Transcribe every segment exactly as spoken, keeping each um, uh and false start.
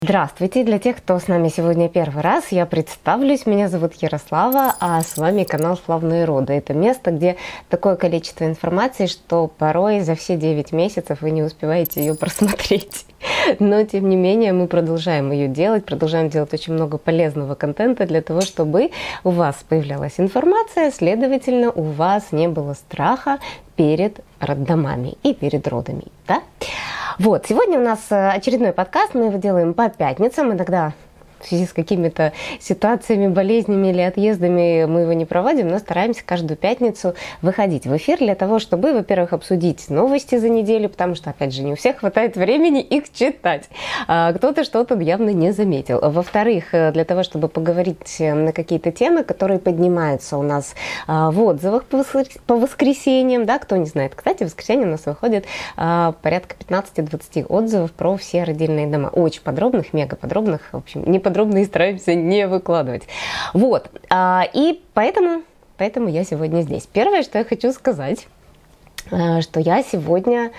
Здравствуйте! Для тех, кто с нами сегодня первый раз, я представлюсь. Меня зовут Ярослава, а с вами канал «Славные роды». Это место, где такое количество информации, что порой за все девять месяцев вы не успеваете ее просмотреть. Но, тем не менее, мы продолжаем ее делать, продолжаем делать очень много полезного контента для того, чтобы у вас появлялась информация, следовательно, у вас не было страха перед роддомами и перед родами. Да? Вот, сегодня у нас очередной подкаст, мы его делаем по пятницам, иногда в связи с какими-то ситуациями, болезнями или отъездами мы его не проводим, но стараемся каждую пятницу выходить в эфир для того, чтобы, во-первых, обсудить новости за неделю, потому что, опять же, не у всех хватает времени их читать. Кто-то что-то явно не заметил. Во-вторых, для того, чтобы поговорить на какие-то темы, которые поднимаются у нас в отзывах по воскресеньям, да, кто не знает. Кстати, в воскресенье у нас выходит порядка пятнадцати-двадцати отзывов про все родильные дома. Очень подробных, мега подробных, в общем, не подробно и стараемся не выкладывать. Вот. И поэтому, поэтому я сегодня здесь. Первое, что я хочу сказать, что я сегодня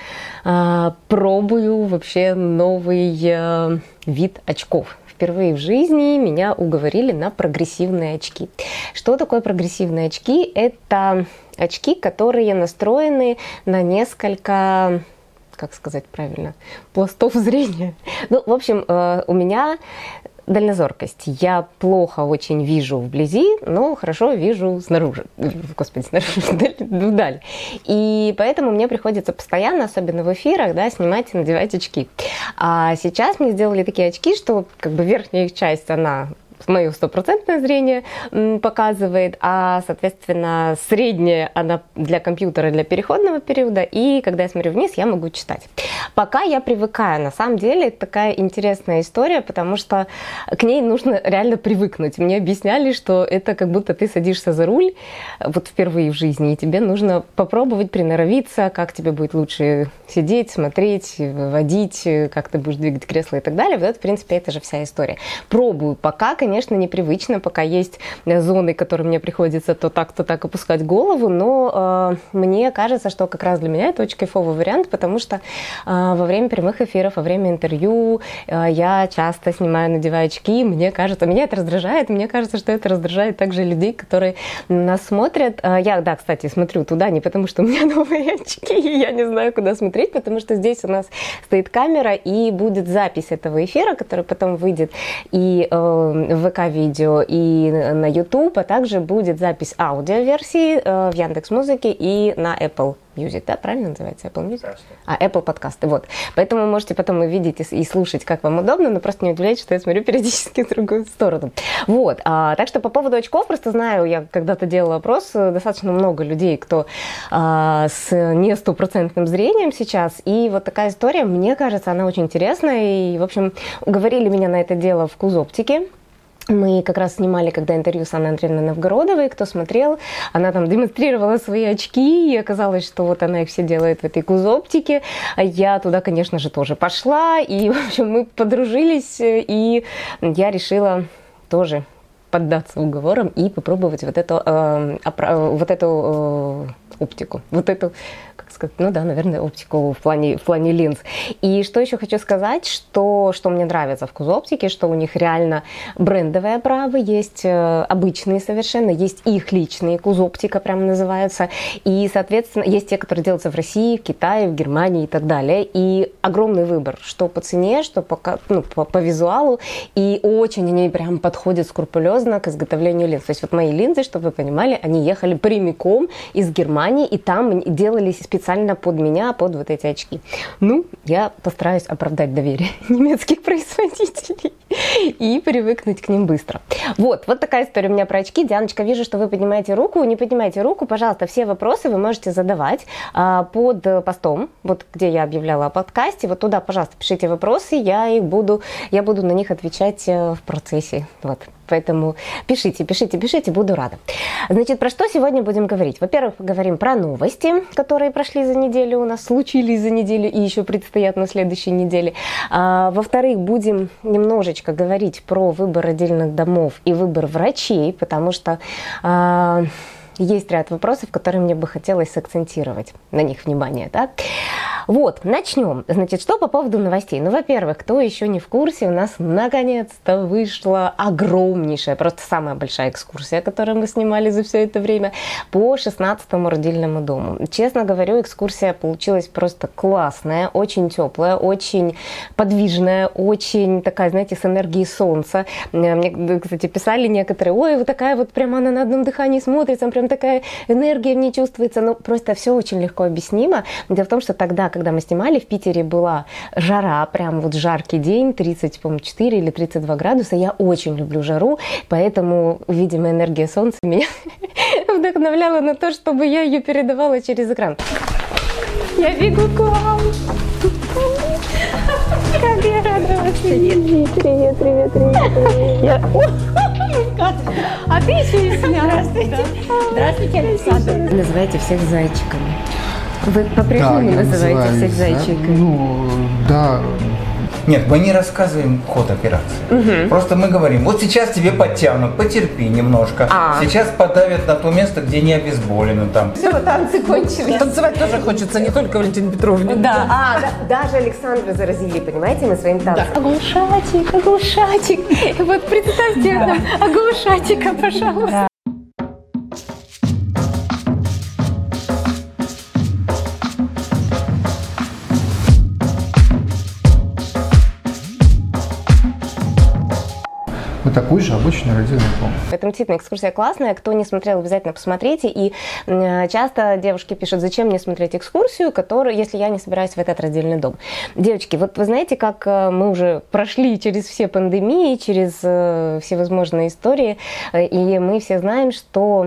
пробую вообще новый вид очков. Впервые в жизни меня уговорили на прогрессивные очки. Что такое прогрессивные очки? Это очки, которые настроены на несколько... как сказать правильно, пластов зрения. Ну, в общем, у меня дальнозоркость. Я плохо очень вижу вблизи, но хорошо вижу снаружи. Господи, снаружи, вдаль. И поэтому мне приходится постоянно, особенно в эфирах, да, снимать и надевать очки. А сейчас мне сделали такие очки, что как бы верхняя их часть, она... мое стопроцентное зрение показывает, а, соответственно, среднее она для компьютера для переходного периода, и когда я смотрю вниз, я могу читать. Пока я привыкаю. На самом деле, это такая интересная история, потому что к ней нужно реально привыкнуть. Мне объясняли, что это как будто ты садишься за руль вот впервые в жизни, и тебе нужно попробовать приноровиться, как тебе будет лучше сидеть, смотреть, водить, как ты будешь двигать кресло и так далее. Вот это, в принципе, это же вся история. Пробую. Пока, конечно, Конечно, непривычно, пока есть зоны, которые мне приходится то так, то так опускать голову, но э, мне кажется, что как раз для меня это очень кайфовый вариант, потому что э, во время прямых эфиров, во время интервью э, я часто снимаю, надеваю очки, мне кажется, меня это раздражает, мне кажется, что это раздражает также людей, которые нас смотрят. Э, я, да, кстати, смотрю туда не потому, что у меня новые очки, и я не знаю, куда смотреть, потому что здесь у нас стоит камера, и будет запись этого эфира, который потом выйдет и э, в ВК-видео и на YouTube, а также будет запись аудиоверсии э, в Яндекс.Музыке и на Apple Music, да, правильно называется Apple Music? Конечно. А, Apple подкасты, вот. Поэтому вы можете потом увидеть и, и слушать, как вам удобно, но просто не удивляйтесь, что я смотрю периодически в другую сторону. Вот, а, так что по поводу очков, просто знаю, я когда-то делала опрос, достаточно много людей, кто а, с не стопроцентным зрением сейчас, и вот такая история, мне кажется, она очень интересная, и, в общем, уговорили меня на это дело в Кузоптике. Мы как раз снимали, когда интервью с Анной Андреевной Новгородовой, кто смотрел, она там демонстрировала свои очки, и оказалось, что вот она их все делает в этой Кузоптике. Я туда, конечно же, тоже пошла, и, в общем, мы подружились, и я решила тоже поддаться уговорам и попробовать вот эту, э, вот эту э, оптику, вот эту, как сказать, ну да, наверное, оптику в плане, в плане линз. И что еще хочу сказать, что, что мне нравится в Кузоптике, что у них реально брендовые оправы, есть э, обычные совершенно, есть их личные, Кузоптика прям называются, и, соответственно, есть те, которые делаются в России, в Китае, в Германии и так далее, и огромный выбор, что по цене, что по, ну, по, по визуалу, и очень они прям подходят скрупулезно к изготовлению линз. То есть вот мои линзы, чтобы вы понимали, они ехали прямиком из Германии, и там делались специально под меня, под вот эти очки. Ну, я постараюсь оправдать доверие немецких производителей и привыкнуть к ним быстро. Вот, вот такая история у меня про очки. Дианочка, вижу, что вы поднимаете руку. Не поднимайте руку, пожалуйста, все вопросы вы можете задавать а, под постом, вот где я объявляла о подкасте. Вот туда, пожалуйста, пишите вопросы, я их буду, я буду на них отвечать в процессе. Вот. Поэтому пишите, пишите, пишите, буду рада. Значит, про что сегодня будем говорить? Во-первых, поговорим про новости, которые прошли за неделю у нас, случились за неделю и еще предстоят на следующей неделе. А, во-вторых, будем немножечко говорить про выбор родильных домов и выбор врачей, потому что... А, есть ряд вопросов, которые мне бы хотелось сакцентировать на них внимание. Да? Вот, начнем. Значит, что по поводу новостей? Ну, во-первых, кто еще не в курсе, у нас наконец-то вышла огромнейшая, просто самая большая экскурсия, которую мы снимали за все это время, по шестнадцатому родильному дому. Честно говорю, экскурсия получилась просто классная, очень теплая, очень подвижная, очень такая, знаете, с энергией солнца. Мне, кстати, писали некоторые: ой, вот такая вот прямо она на одном дыхании смотрится, прям такая энергия в ней чувствуется. Ну, просто все очень легко объяснимо. Дело в том, что тогда, когда мы снимали, в Питере была жара, прям вот жаркий день, тридцать четыре или тридцать два градуса. Я очень люблю жару, поэтому, видимо, энергия солнца меня вдохновляла на то, чтобы я ее передавала через экран. Я бегу к вам! Как я рада вас видеть! Привет, привет, привет! Я... А ты еще и Здравствуйте! Здравствуйте, Александр! Называйте всех зайчиками. Вы по-прежнему да, называете всех зайчиками? Ну, да. Нет, мы не рассказываем ход операции. Угу. Просто мы говорим: вот сейчас тебе подтянут, потерпи немножко. А. Сейчас подавят на то место, где не обезболено там. Все, танцы кончились. Танцевать тоже хочется, не только Валентине Петровне. Да, а, да, даже Александра заразили, понимаете, мы своим танцем. Да. Оглушатик, оглушатик. Вот представьте, да. Оглушатика, пожалуйста. Да. Вот такой же обычный родильный дом. Поэтому действительно экскурсия классная. Кто не смотрел, обязательно посмотрите. И э, часто девушки пишут: зачем мне смотреть экскурсию, которую, если я не собираюсь в этот родильный дом. Девочки, вот вы знаете, как мы уже прошли через все пандемии, через э, всевозможные истории, э, и мы все знаем, что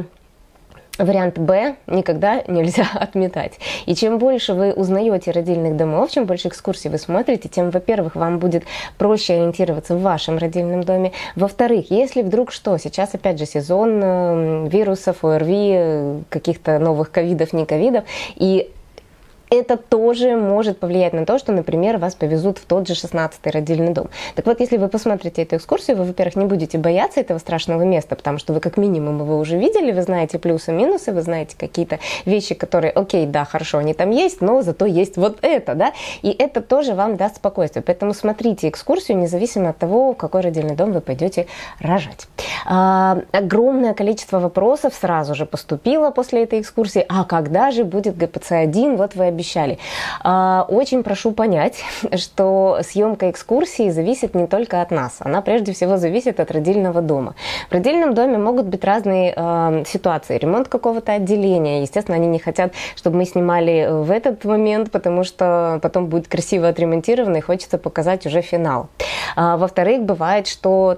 вариант Б никогда нельзя отметать. И чем больше вы узнаете родильных домов, чем больше экскурсий вы смотрите, тем, во-первых, вам будет проще ориентироваться в вашем родильном доме. Во-вторых, если вдруг что, сейчас опять же сезон вирусов, ОРВИ, каких-то новых ковидов, не ковидов, и это тоже может повлиять на то, что, например, вас повезут в тот же шестнадцатый родильный дом. Так вот, если вы посмотрите эту экскурсию, вы, во-первых, не будете бояться этого страшного места, потому что вы как минимум его уже видели, вы знаете плюсы, минусы, вы знаете какие-то вещи, которые, окей, да, хорошо, они там есть, но зато есть вот это, да, и это тоже вам даст спокойствие. Поэтому смотрите экскурсию, независимо от того, в какой родильный дом вы пойдете рожать. А, огромное количество вопросов сразу же поступило после этой экскурсии. А когда же будет гэ пэ цэ один? Вот вы обещали. Очень прошу понять, что съемка экскурсии зависит не только от нас. Она прежде всего зависит от родильного дома. В родильном доме могут быть разные э, ситуации. Ремонт какого-то отделения. Естественно, они не хотят, чтобы мы снимали в этот момент, потому что потом будет красиво отремонтировано и хочется показать уже финал. А, во-вторых, бывает, что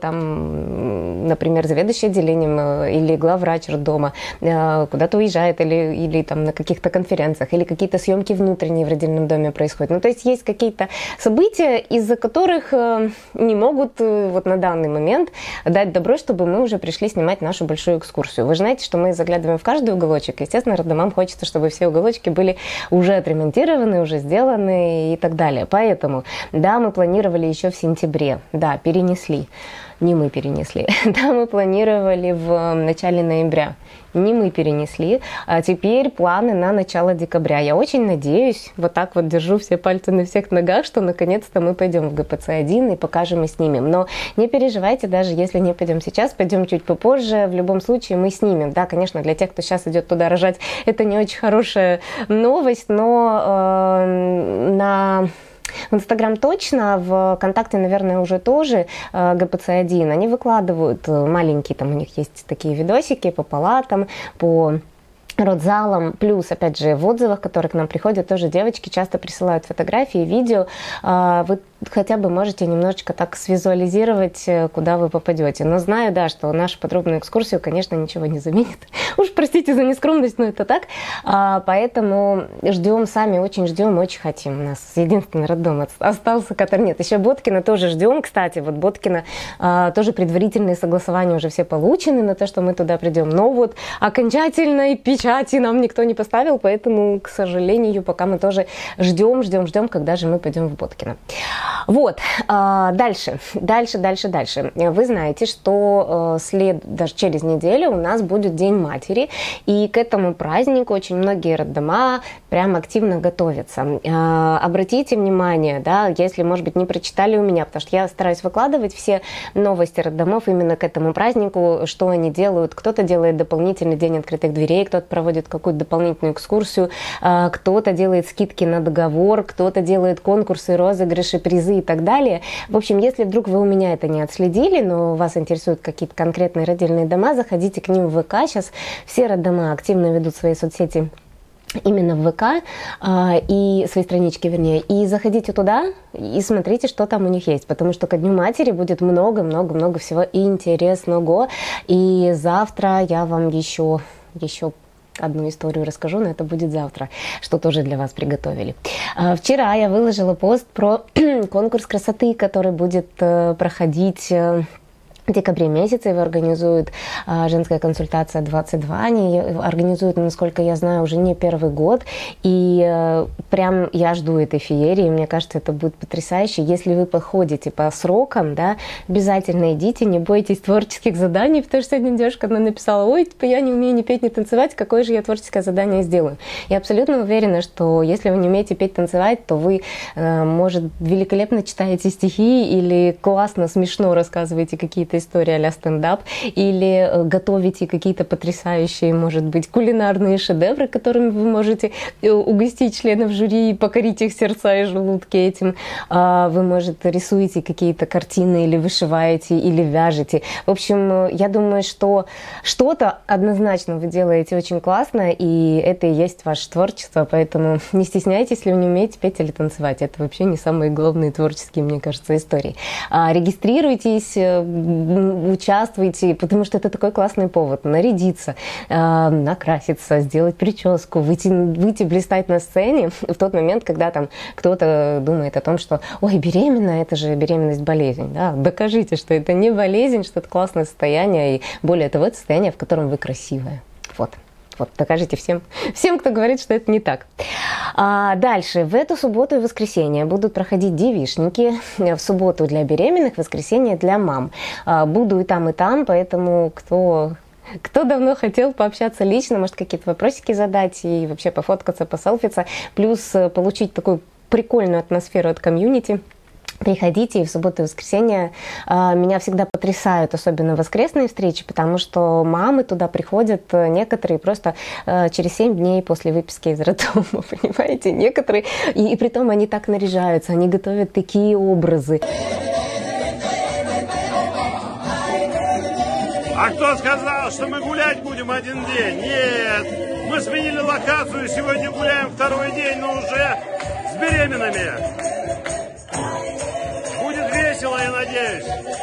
там, например, заведующий отделением или главврач роддома э, куда-то уезжает или, или там на каких-то конференциях, или какие-то съемки внутренние в родильном доме происходят. Ну, то есть есть какие-то события, из-за которых э, не могут э, вот на данный момент дать добро, чтобы мы уже пришли снимать нашу большую экскурсию. Вы же знаете, что мы заглядываем в каждый уголочек. Естественно, роддомам хочется, чтобы все уголочки были уже отремонтированы, уже сделаны и так далее. Поэтому, да, мы планировали еще в сентябре, да, перенесли. Не мы перенесли. Да, мы планировали в начале ноября. Не мы перенесли. А теперь планы на начало декабря. Я очень надеюсь, вот так вот держу все пальцы на всех ногах, что наконец-то мы пойдем в гэ пэ цэ один и покажем и снимем. Но не переживайте, даже если не пойдем сейчас, пойдем чуть попозже. В любом случае мы снимем. Да, конечно, для тех, кто сейчас идет туда рожать, это не очень хорошая новость, но э, на... В Инстаграм точно, в ВКонтакте, наверное, уже тоже гэ пэ цэ один. Они выкладывают маленькие, там у них есть такие видосики по палатам, по родзалом, плюс, опять же, в отзывах, которые к нам приходят, тоже девочки часто присылают фотографии, видео. Вы хотя бы можете немножечко так свизуализировать, куда вы попадете. Но знаю, да, что нашу подробную экскурсию, конечно, ничего не заменит. Уж простите за нескромность, но это так. Поэтому ждем, сами очень ждем, очень хотим. У нас единственный роддом остался, который нет. Еще Боткина тоже ждем. Кстати, вот Боткина тоже предварительные согласования уже все получены на то, что мы туда придем. Но вот окончательной печати нам никто не поставил, поэтому, к сожалению, пока мы тоже ждем, ждем, ждем, когда же мы пойдем в Боткино. Вот, дальше, дальше, дальше, дальше. Вы знаете, что след, даже через неделю у нас будет День матери, и к этому празднику очень многие роддома прям активно готовятся. Обратите внимание, да, если, может быть, не прочитали у меня, потому что я стараюсь выкладывать все новости роддомов именно к этому празднику, что они делают. Кто-то делает дополнительный день открытых дверей, кто-то проводит какую-то дополнительную экскурсию, кто-то делает скидки на договор, кто-то делает конкурсы, розыгрыши, призы и так далее. В общем, если вдруг вы у меня это не отследили, но вас интересуют какие-то конкретные родильные дома, заходите к ним в ВК. Сейчас все роддома активно ведут свои соцсети именно в ВК, и свои странички, вернее, и заходите туда и смотрите, что там у них есть, потому что ко Дню матери будет много-много-много всего интересного, и завтра я вам еще, еще одну историю расскажу, но это будет завтра, что тоже для вас приготовили. Вчера я выложила пост про конкурс красоты, который будет проходить в декабре месяце. Его организует а, женская консультация двадцать два. Они организуют, насколько я знаю, уже не первый год. И а, прям я жду этой феерии. Мне кажется, это будет потрясающе. Если вы подходите по срокам, да, обязательно идите, не бойтесь творческих заданий, потому что сегодня девушка она написала: ой, типа, я не умею ни петь, ни танцевать, какое же я творческое задание сделаю. Я абсолютно уверена, что если вы не умеете петь, танцевать, то вы, а, может, великолепно читаете стихи или классно, смешно рассказываете какие-то история а-ля стендап, или готовите какие-то потрясающие, может быть, кулинарные шедевры, которыми вы можете угостить членов жюри и покорить их сердца и желудки этим. Вы, может, рисуете какие-то картины, или вышиваете, или вяжете. В общем, я думаю, что что-то однозначно вы делаете очень классно, и это и есть ваше творчество, поэтому не стесняйтесь, если вы не умеете петь или танцевать. Это вообще не самые главные творческие, мне кажется, истории. Регистрируйтесь, участвуйте, потому что это такой классный повод нарядиться, э, накраситься, сделать прическу, выйти, выйти блистать на сцене в тот момент, когда там кто-то думает о том, что ой, беременна, это же беременность болезнь. Да? Докажите, что это не болезнь, что это классное состояние, и более того, это состояние, в котором вы красивая. Вот. Вот, докажите всем, всем, кто говорит, что это не так. А дальше. В эту субботу и воскресенье будут проходить девичники. В субботу для беременных, в воскресенье для мам. А, буду и там, и там, поэтому кто... Кто давно хотел пообщаться лично, может, какие-то вопросики задать и вообще пофоткаться, поселфиться, плюс получить такую прикольную атмосферу от комьюнити. Приходите, и в субботу и воскресенье э, меня всегда потрясают, особенно воскресные встречи, потому что мамы туда приходят, некоторые просто э, через семь дней после выписки из роддома, понимаете, некоторые, и, и при том они так наряжаются, они готовят такие образы. А кто сказал, что мы гулять будем один день? Нет, мы сменили локацию, сегодня гуляем второй день, но уже с беременными. Будет весело, я надеюсь.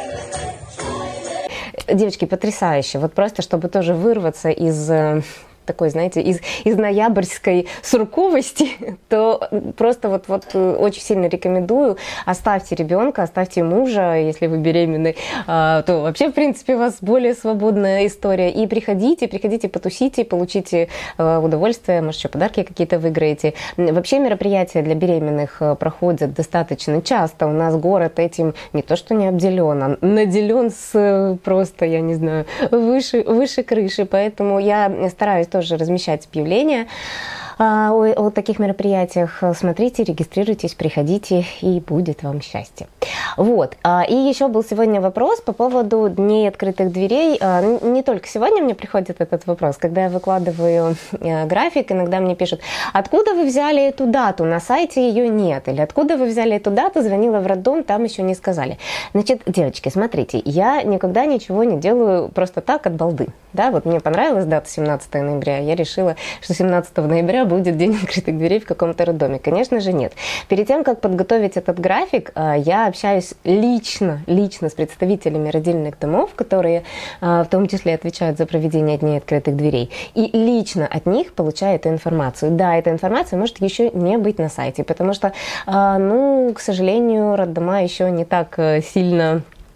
Девочки, потрясающе. Вот просто, чтобы тоже вырваться из такой, знаете, из, из ноябрьской сурковости, то просто вот, вот очень сильно рекомендую, оставьте ребенка, оставьте мужа, если вы беременны, то вообще, в принципе, у вас более свободная история. И приходите, приходите, потусите, получите удовольствие, может, еще подарки какие-то выиграете. Вообще мероприятия для беременных проходят достаточно часто. У нас город этим не то что не обделен, а наделен с просто, я не знаю, выше, выше крыши. Поэтому я стараюсь тоже размещать объявления о, о таких мероприятиях. Смотрите, регистрируйтесь, приходите, и будет вам счастье. Вот. И еще был сегодня вопрос по поводу Дней открытых дверей. Не только сегодня мне приходит этот вопрос. Когда я выкладываю график, иногда мне пишут: откуда вы взяли эту дату? На сайте ее нет. Или откуда вы взяли эту дату? Звонила в роддом, там еще не сказали. Значит, девочки, смотрите, я никогда ничего не делаю просто так от балды. Да, вот мне понравилась дата семнадцатого ноября, я решила, что семнадцатого ноября будет День открытых дверей в каком-то роддоме. Конечно же, нет. Перед тем, как подготовить этот график, я общаюсь лично, лично с представителями родильных домов, которые в том числе отвечают за проведение Дней открытых дверей, и лично от них получаю эту информацию. Да, эта информация может еще не быть на сайте, потому что, ну, к сожалению, роддома еще не так сильно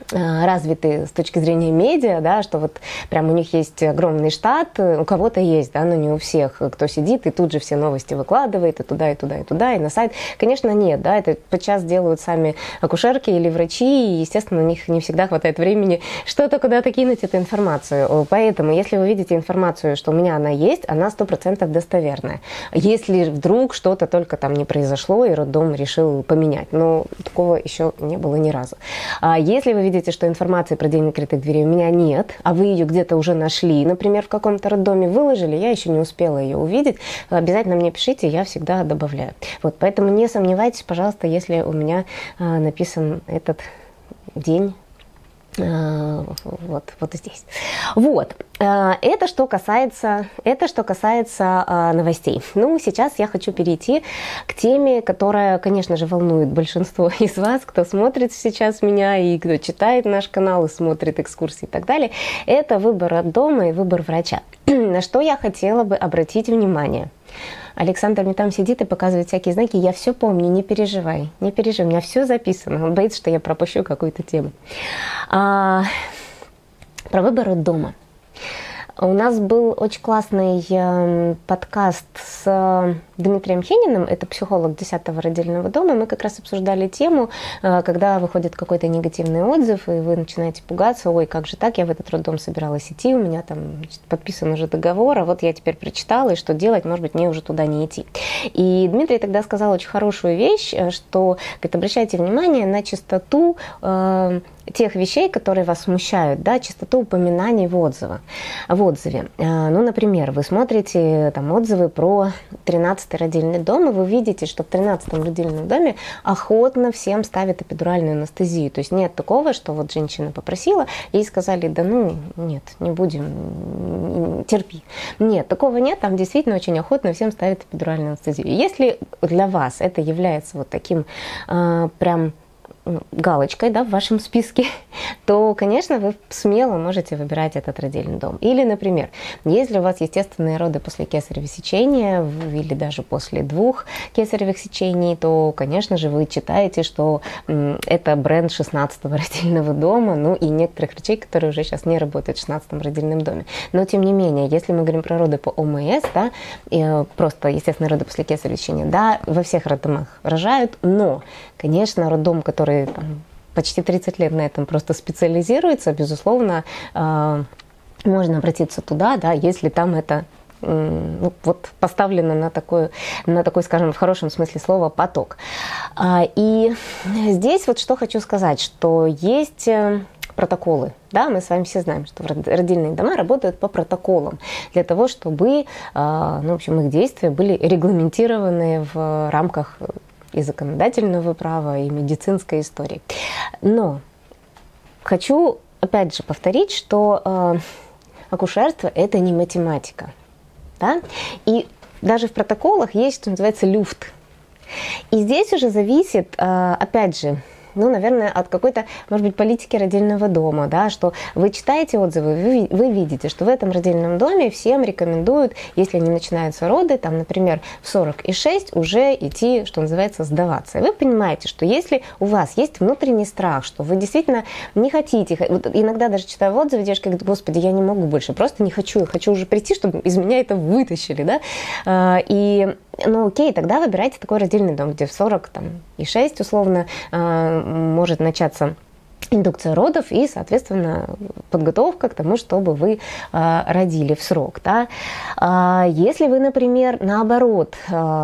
развиты с точки зрения медиа, да, что вот прям у них есть огромный штат, у кого-то есть, да, но не у всех, кто сидит и тут же все новости выкладывает, и туда, и туда, и туда, и на сайт. Конечно, нет, да, это подчас делают сами акушерки или врачи, и, естественно, у них не всегда хватает времени что-то куда-то кинуть эту информацию. Поэтому, если вы видите информацию, что у меня она есть, она сто процентов достоверная. Если вдруг что-то только там не произошло, и роддом решил поменять, но такого еще не было ни разу. А если вы видите, что информации про день открытых дверей у меня нет, а вы ее где-то уже нашли, например, в каком-то роддоме выложили, я еще не успела ее увидеть, обязательно мне пишите, я всегда добавляю. Вот, поэтому не сомневайтесь, пожалуйста, если у меня а, написан этот день, вот, вот здесь. Вот. Это что касается, это что касается новостей. Ну, сейчас я хочу перейти к теме, которая, конечно же, волнует большинство из вас, кто смотрит сейчас меня и кто читает наш канал и смотрит экскурсии и так далее. Это выбор роддома и выбор врача. На что я хотела бы обратить внимание. Александр мне там сидит и показывает всякие знаки. Я все помню, не переживай, не переживай, у меня все записано. Он боится, что я пропущу какую-то тему. А, про выбор роддома. У нас был очень классный э, подкаст с э, Дмитрием Хениным, это психолог десятого родильного дома. Мы как раз обсуждали тему, э, когда выходит какой-то негативный отзыв, и вы начинаете пугаться: ой, как же так, я в этот роддом собиралась идти, у меня там, значит, подписан уже договор, а вот я теперь прочитала, и что делать, может быть, мне уже туда не идти. И Дмитрий тогда сказал очень хорошую вещь, что, говорит, обращайте внимание на частоту э, тех вещей, которые вас смущают, да, частоту упоминаний в отзывах. В отзыве. Ну, например, вы смотрите там отзывы про тринадцатый родильный дом, и вы видите, что в тринадцатом родильном доме охотно всем ставят эпидуральную анестезию. То есть нет такого, что вот женщина попросила, ей сказали: да ну, нет, не будем, терпи. Нет, такого нет, там действительно очень охотно всем ставят эпидуральную анестезию. Если для вас это является вот таким э, прям галочкой, да, в вашем списке, то, конечно, вы смело можете выбирать этот родильный дом. Или, например, если у вас естественные роды после кесарево сечения или даже после двух кесаревых сечений, то, конечно же, вы читаете, что это бренд шестнадцатого родильного дома, ну и некоторых врачей, которые уже сейчас не работают в шестнадцатом родильном доме. Но, тем не менее, если мы говорим про роды по ОМС, да, просто естественные роды после кесарево сечения, да, во всех роддомах рожают, но, конечно, роддом, который там почти тридцать лет на этом просто специализируется, безусловно, э, можно обратиться туда, да, если там это э, ну, вот поставлено на такой, на такой, скажем, в хорошем смысле слова, поток. А, и здесь вот что хочу сказать, что есть протоколы. Да, мы с вами все знаем, что родильные дома работают по протоколам для того, чтобы, э, ну, в общем, их действия были регламентированы в рамках и законодательного права, и медицинской истории. Но хочу опять же повторить, что э, акушерство – это не математика. Да? И даже в протоколах есть, что называется, люфт. И здесь уже зависит, э, опять же, ну, наверное, от какой-то, может быть, политики родильного дома, да, что вы читаете отзывы, вы, вы видите, что в этом родильном доме всем рекомендуют, если не начинаются роды, там, например, в сорок и шесть уже идти, что называется, сдаваться. И вы понимаете, что если у вас есть внутренний страх, что вы действительно не хотите, вот иногда даже читаю отзывы, девушка говорит: господи, я не могу больше, просто не хочу, я хочу уже прийти, чтобы из меня это вытащили, да, и ну окей, тогда выбирайте такой родильный дом, где в сорок и шесть условно может начаться индукция родов и, соответственно, подготовка к тому, чтобы вы родили в срок. Да? Если вы, например, наоборот,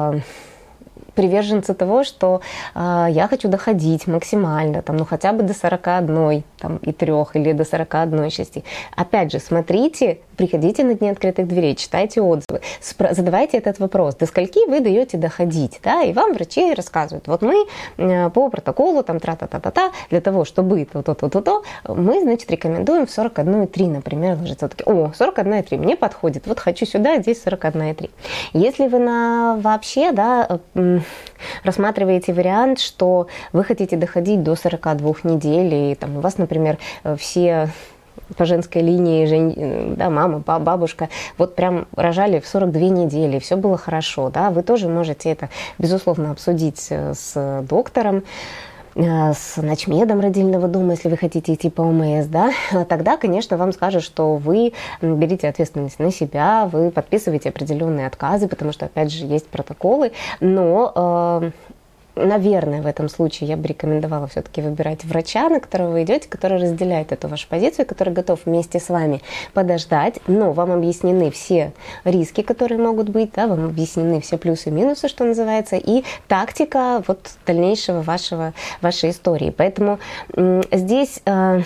приверженцы того, что э, я хочу доходить максимально, там, ну хотя бы до сорока одной там, и трех или до сорока одной и шести. Опять же, смотрите, приходите на дни открытых дверей, читайте отзывы, задавайте этот вопрос, до скольки вы даете доходить, да, и вам врачи рассказывают: вот мы э, по протоколу, там, тра-та-та-та-та, для того, чтобы то-то-то-то-то, мы, значит, рекомендуем в сорок одну и три, например, ложиться. Такие: о, сорок одна и три, мне подходит, вот хочу сюда, здесь сорок одна и три. Если вы на вообще, да, рассматриваете вариант, что вы хотите доходить до сорока двух недель, и там у вас, например, все по женской линии, жен... да, мама, бабушка, вот прям рожали в сорок две недели, все было хорошо, да, вы тоже можете это, безусловно, обсудить с доктором. с начмедом родильного дома, если вы хотите идти по ОМС, да, тогда, конечно, вам скажут, что вы берите ответственность на себя, вы подписываете определенные отказы, потому что, опять же, есть протоколы, но... Наверное, в этом случае я бы рекомендовала все-таки выбирать врача, на которого вы идете, который разделяет эту вашу позицию, который готов вместе с вами подождать, но вам объяснены все риски, которые могут быть, да, вам объяснены все плюсы и минусы, что называется, и тактика вот дальнейшего вашего, вашей истории. Поэтому здесь...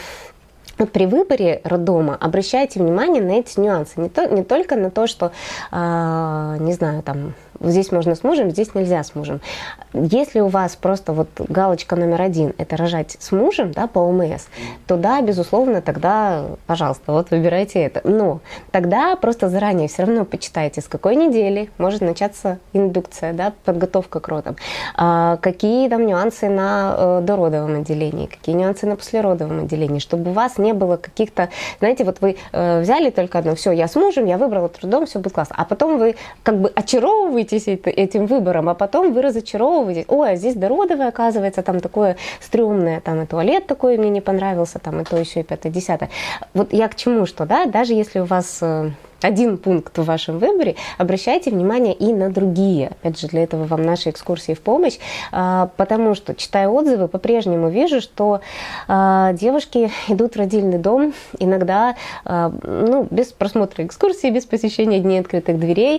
Вот при выборе роддома обращайте внимание на эти нюансы. Не, то, не только на то, что, э, не знаю, там, здесь можно с мужем, здесь нельзя с мужем. Если у вас просто вот галочка номер один – это рожать с мужем, да, по ОМС, то да, безусловно, тогда, пожалуйста, вот выбирайте это. Но тогда просто заранее все равно почитайте, с какой недели может начаться индукция, да, подготовка к родам, э, какие там нюансы на э, дородовом отделении, какие нюансы на послеродовом отделении, чтобы у вас не было каких-то, знаете, вот вы э, взяли только одно, все, я с мужем, я выбрала трудом, все будет классно, а потом вы как бы очаровываетесь этим выбором, а потом вы разочаровываетесь, ой, а здесь дородовое, оказывается, там такое стрёмное, там и туалет такой мне не понравился, там и то еще и пятое, десятое. Вот я к чему, что, да, даже если у вас... Э, один пункт в вашем выборе, обращайте внимание и на другие. Опять же, для этого вам наши экскурсии в помощь, потому что, читая отзывы, по-прежнему вижу, что девушки идут в родильный дом иногда, ну, без просмотра экскурсии, без посещения дней открытых дверей,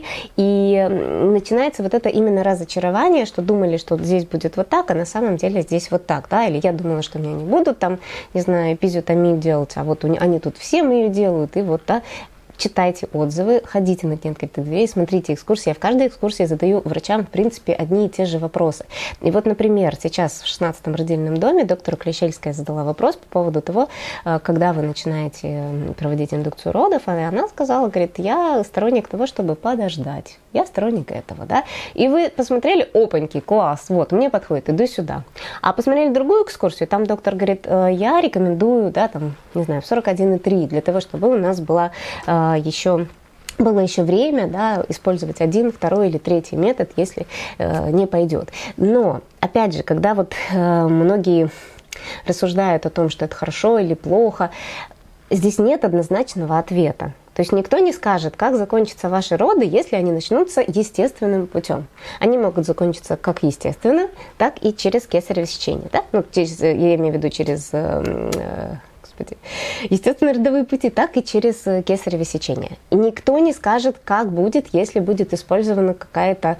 и начинается вот это именно разочарование, что думали, что здесь будет вот так, а на самом деле здесь вот так, да, или я думала, что меня не будут там, не знаю, эпизиотомию делать, а вот они тут всем ее делают, и вот, да. Читайте отзывы, ходите на дни открытых дверей, смотрите экскурсии. Я в каждой экскурсии задаю врачам, в принципе, одни и те же вопросы. И вот, например, сейчас в шестнадцатом родильном доме доктору Клещельская задала вопрос по поводу того, когда вы начинаете проводить индукцию родов, и она сказала, говорит, я сторонник того, чтобы подождать. Я сторонник этого, да. И вы посмотрели, опаньки, класс, вот, мне подходит, иду сюда. А посмотрели другую экскурсию, там доктор говорит, я рекомендую, да, там, не знаю, в сорок один и три, для того, чтобы у нас была еще... было еще время, да, использовать один, второй или третий метод, если э, не пойдет. Но, опять же, когда вот э, многие рассуждают о том, что это хорошо или плохо, здесь нет однозначного ответа. То есть никто не скажет, как закончатся ваши роды, если они начнутся естественным путем. Они могут закончиться как естественно, так и через кесарево сечение. Да? Ну, через, я имею в виду через... Э, э, естественно, родовые пути, так и через кесарево сечение. И никто не скажет, как будет, если будет использована какая-то,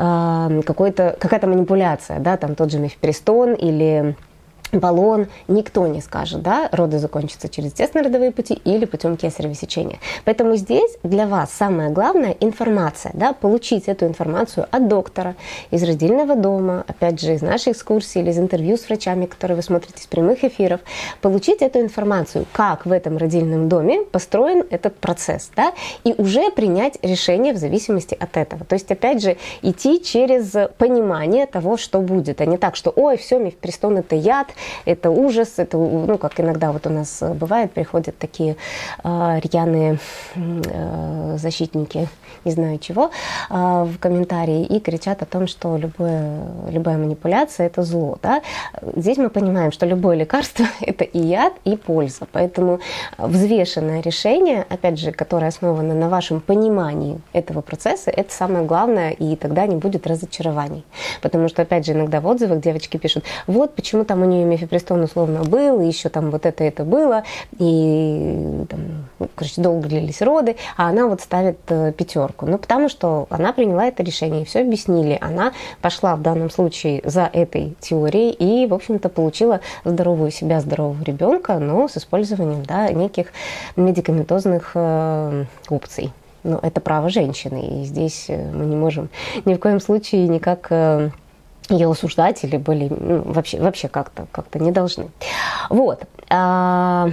э, какой-то, какая-то манипуляция, да, там тот же мифепристон или баллон, никто не скажет, да, роды закончатся через естественные родовые пути или путем кесарево сечения. Поэтому здесь для вас самое главное информация, да, получить эту информацию от доктора, из родильного дома, опять же, из нашей экскурсии или из интервью с врачами, которые вы смотрите с прямых эфиров, получить эту информацию, как в этом родильном доме построен этот процесс, да, и уже принять решение в зависимости от этого. То есть, опять же, идти через понимание того, что будет, а не так, что, ой, все, мифепристон это яд, это ужас, это, ну, как иногда вот у нас бывает, приходят такие э, рьяные э, защитники, не знаю чего, э, в комментарии и кричат о том, что любое, любая манипуляция – это зло. Да? Здесь мы понимаем, что любое лекарство – это и яд, и польза. Поэтому взвешенное решение, опять же, которое основано на вашем понимании этого процесса, это самое главное, и тогда не будет разочарований. Потому что, опять же, иногда в отзывах девочки пишут, вот почему там у нее мифепристон условно был, и еще там вот это это было, и там, ну, короче, долго длились роды, а она вот ставит э, пятерку. Ну, потому что она приняла это решение, все объяснили. Она пошла в данном случае за этой теорией и, в общем-то, получила здоровую себя, здорового ребенка, но с использованием, да, неких медикаментозных э, опций. Но это право женщины, и здесь мы не можем ни в коем случае никак... Э, ее осуждать или были, ну, вообще, вообще как-то, как-то не должны. Вот. А,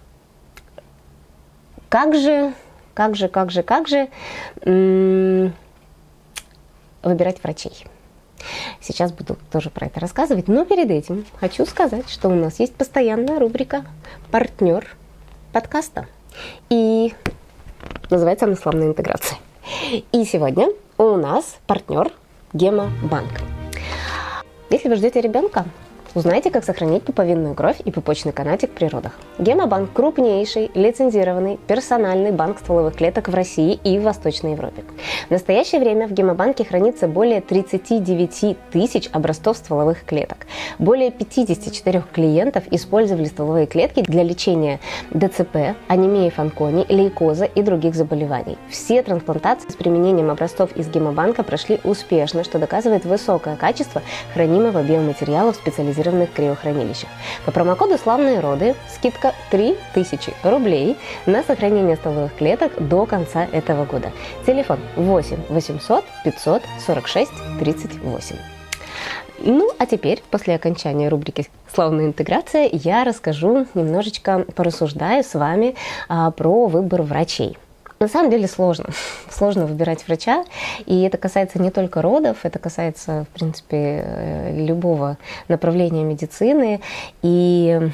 как же, как же, как же, как же м- выбирать врачей? Сейчас буду тоже про это рассказывать, но перед этим хочу сказать, что у нас есть постоянная рубрика «Партнер подкаста». И называется она «Славная интеграция». И сегодня у нас партнер Гемобанк. Если вы ждете ребенка, Узнайте, как сохранить пуповинную кровь и пупочный канатик при родах. Гемобанк – крупнейший, лицензированный, персональный банк стволовых клеток в России и в Восточной Европе. В настоящее время в Гемобанке хранится более тридцати девяти тысяч образцов стволовых клеток. Более пятидесяти четырёх клиентов использовали стволовые клетки для лечения ДЦП, анемии Фанкони, лейкоза и других заболеваний. Все трансплантации с применением образцов из Гемобанка прошли успешно, что доказывает высокое качество хранимого биоматериала в специализированных криохранилищах. По промокоду «Славные роды» скидка три тысячи рублей на сохранение стволовых клеток до конца этого года. Телефон восемь восемьсот пятьсот сорок шесть тридцать восемь. Ну, а теперь, после окончания рубрики «Славная интеграция», я расскажу немножечко, порассуждаю с вами а, про выбор врачей. На самом деле сложно. Сложно выбирать врача, и это касается не только родов, это касается, в принципе, любого направления медицины. И,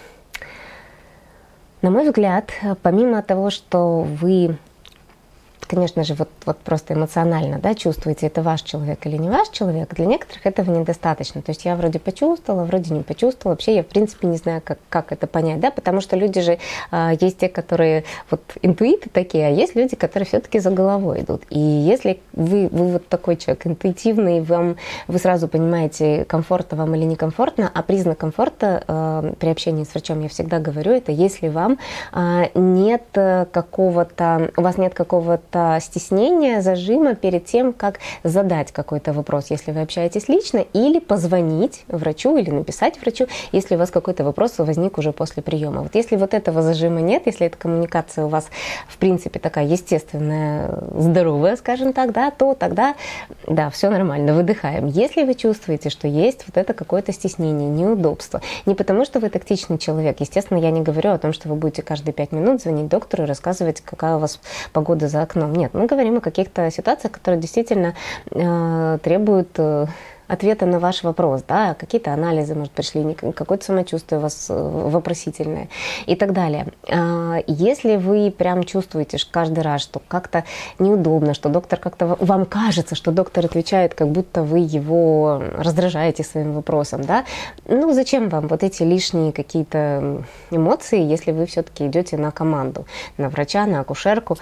на мой взгляд, помимо того, что вы, конечно же, вот, вот просто эмоционально, да, чувствуете, это ваш человек или не ваш человек, для некоторых этого недостаточно. То есть я вроде почувствовала, вроде не почувствовала. Вообще я, в принципе, не знаю, как, как это понять, да, потому что люди же, а, есть те, которые вот интуиты такие, а есть люди, которые все-таки за головой идут. И если вы, вы вот такой человек интуитивный, вам, вы сразу понимаете, комфортно вам или некомфортно, а признак комфорта а, при общении с врачом, я всегда говорю, это если вам а, нет какого-то, у вас нет какого-то стеснения, зажима перед тем, как задать какой-то вопрос, если вы общаетесь лично, или позвонить врачу, или написать врачу, если у вас какой-то вопрос возник уже после приема. Вот если вот этого зажима нет, если эта коммуникация у вас, в принципе, такая естественная, здоровая, скажем так, да, то тогда, да, все нормально, выдыхаем. Если вы чувствуете, что есть вот это какое-то стеснение, неудобство, не потому что вы тактичный человек, естественно, я не говорю о том, что вы будете каждые пять минут звонить доктору и рассказывать, какая у вас погода за окном. Нет, мы говорим о каких-то ситуациях, которые действительно э, требуют э, ответа на ваш вопрос, да, какие-то анализы, может, пришли, какое-то самочувствие у вас вопросительное и так далее. Если вы прям чувствуете каждый раз, что как-то неудобно, что доктор как-то, вам кажется, что доктор отвечает, как будто вы его раздражаете своим вопросом, да, ну, зачем вам вот эти лишние какие-то эмоции, если вы все-таки идете на команду, на врача, на акушерку.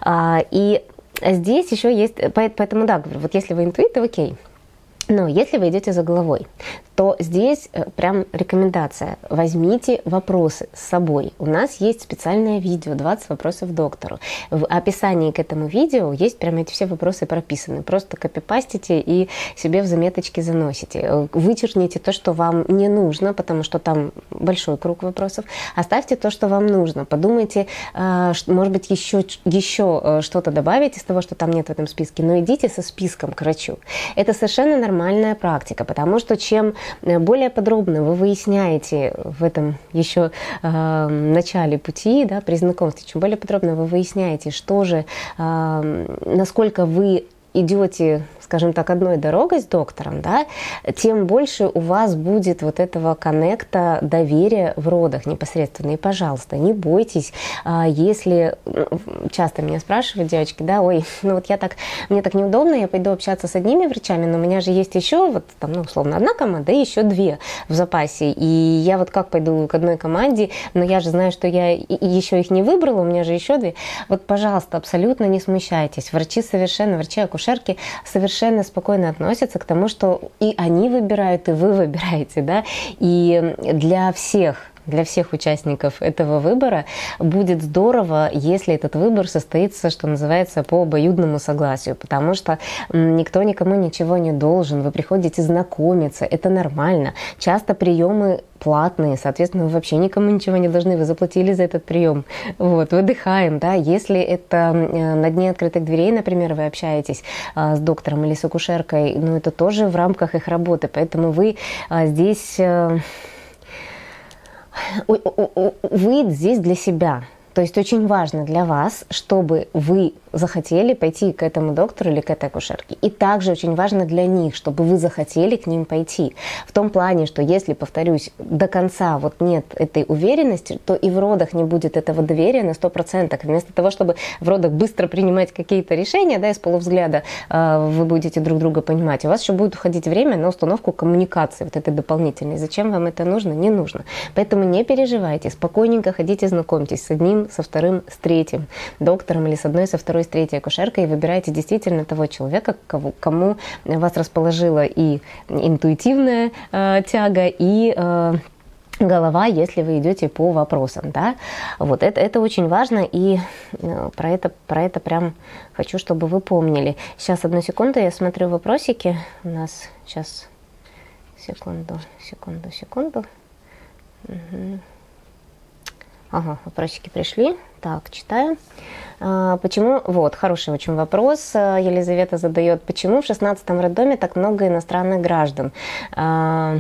И здесь еще есть, поэтому, да, говорю, вот если вы интуит, то окей. Но если вы идете за головой, то здесь прям рекомендация. Возьмите вопросы с собой. У нас есть специальное видео «двадцать вопросов к доктору». В описании к этому видео есть прям эти все вопросы прописаны. Просто копипастите и себе в заметочки заносите. Вычеркните то, что вам не нужно, потому что там большой круг вопросов. Оставьте то, что вам нужно. Подумайте, может быть, еще, еще что-то добавить из того, что там нет в этом списке. Но идите со списком к врачу. Это совершенно нормальная практика, потому что чем более подробно вы выясняете в этом еще э, начале пути, да, при знакомстве, чем более подробно вы выясняете, что же, э, насколько вы идете, скажем так, одной дорогой с доктором, да, тем больше у вас будет вот этого коннекта, доверия в родах непосредственно. И, пожалуйста, не бойтесь, если часто меня спрашивают девочки, да, ой, ну вот я так, мне так неудобно, я пойду общаться с одними врачами, но у меня же есть еще, вот там, ну, условно, одна команда и еще две в запасе. И я вот как пойду к одной команде, но я же знаю, что я еще их не выбрала, у меня же еще две. Вот, пожалуйста, абсолютно не смущайтесь. Врачи совершенно, врачи-акушерки совершенно спокойно относятся к тому, что и они выбирают, и вы выбираете, да, и для всех для всех участников этого выбора будет здорово, если этот выбор состоится, что называется, по обоюдному согласию, потому что никто никому ничего не должен, вы приходите знакомиться, это нормально. Часто приемы платные, соответственно, вы вообще никому ничего не должны, вы заплатили за этот прием. Вот, выдыхаем, да, если это на дне открытых дверей, например, вы общаетесь а, с доктором или с акушеркой, ну, это тоже в рамках их работы, поэтому вы а, здесь... А, вы здесь для себя. То есть очень важно для вас, чтобы вы захотели пойти к этому доктору или к этой акушерке. И также очень важно для них, чтобы вы захотели к ним пойти. В том плане, что если, повторюсь, до конца вот нет этой уверенности, то и в родах не будет этого доверия на сто процентов. Вместо того, чтобы в родах быстро принимать какие-то решения, да, из полувзгляда э, вы будете друг друга понимать, у вас еще будет уходить время на установку коммуникации вот этой дополнительной. Зачем вам это нужно? Не нужно. Поэтому не переживайте, спокойненько ходите, знакомьтесь с одним, со вторым, с третьим доктором или с одной, со второй, с третьей акушеркой и выбирайте действительно того человека, кого, кому вас расположила и интуитивная э, тяга, и э, голова, если вы идете по вопросам, да, вот это, это очень важно, и э, про это, про это прям хочу, чтобы вы помнили. Сейчас, одну секунду, я смотрю вопросики, у нас сейчас, секунду, секунду, секунду, угу. Ага, вопросики пришли. Так, читаю. А, почему, вот, хороший очень вопрос. Елизавета задает, почему в шестнадцатом роддоме так много иностранных граждан? А,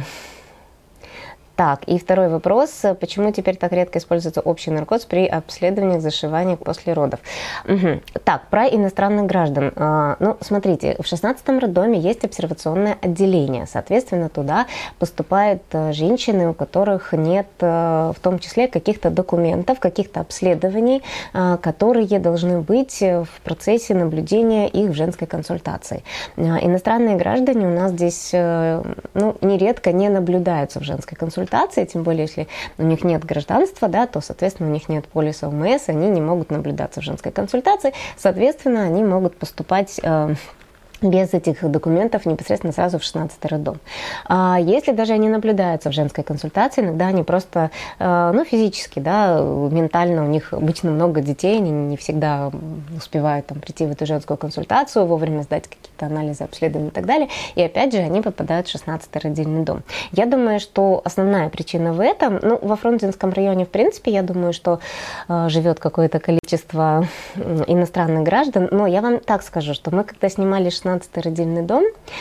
так, и второй вопрос. Почему теперь так редко используется общий наркоз при обследованиях, зашиваниях после родов? Угу. Так, про иностранных граждан. А, ну, смотрите, в шестнадцатом роддоме есть обсервационное отделение. Соответственно, туда поступают женщины, у которых нет, в том числе, каких-то документов, каких-то обследований, которые должны быть в процессе наблюдения их в женской консультации. Иностранные граждане у нас здесь, ну, нередко не наблюдаются в женской консультации. Тем более, если у них нет гражданства, да, то, соответственно, у них нет полиса ОМС, они не могут наблюдаться в женской консультации, соответственно, они могут поступать э, без этих документов непосредственно сразу в шестнадцатый роддом. А если даже они наблюдаются в женской консультации, иногда они просто, ну, физически, да, ментально у них обычно много детей, они не всегда успевают там прийти в эту женскую консультацию, вовремя сдать какие-то анализы, обследования и так далее, и опять же они попадают в шестнадцатый родильный дом. Я думаю, что основная причина в этом, ну, во Фрунзенском районе, в принципе, я думаю, что э, живет какое-то количество иностранных граждан, но я вам так скажу, что мы когда снимали шестнадцатый родильный дом,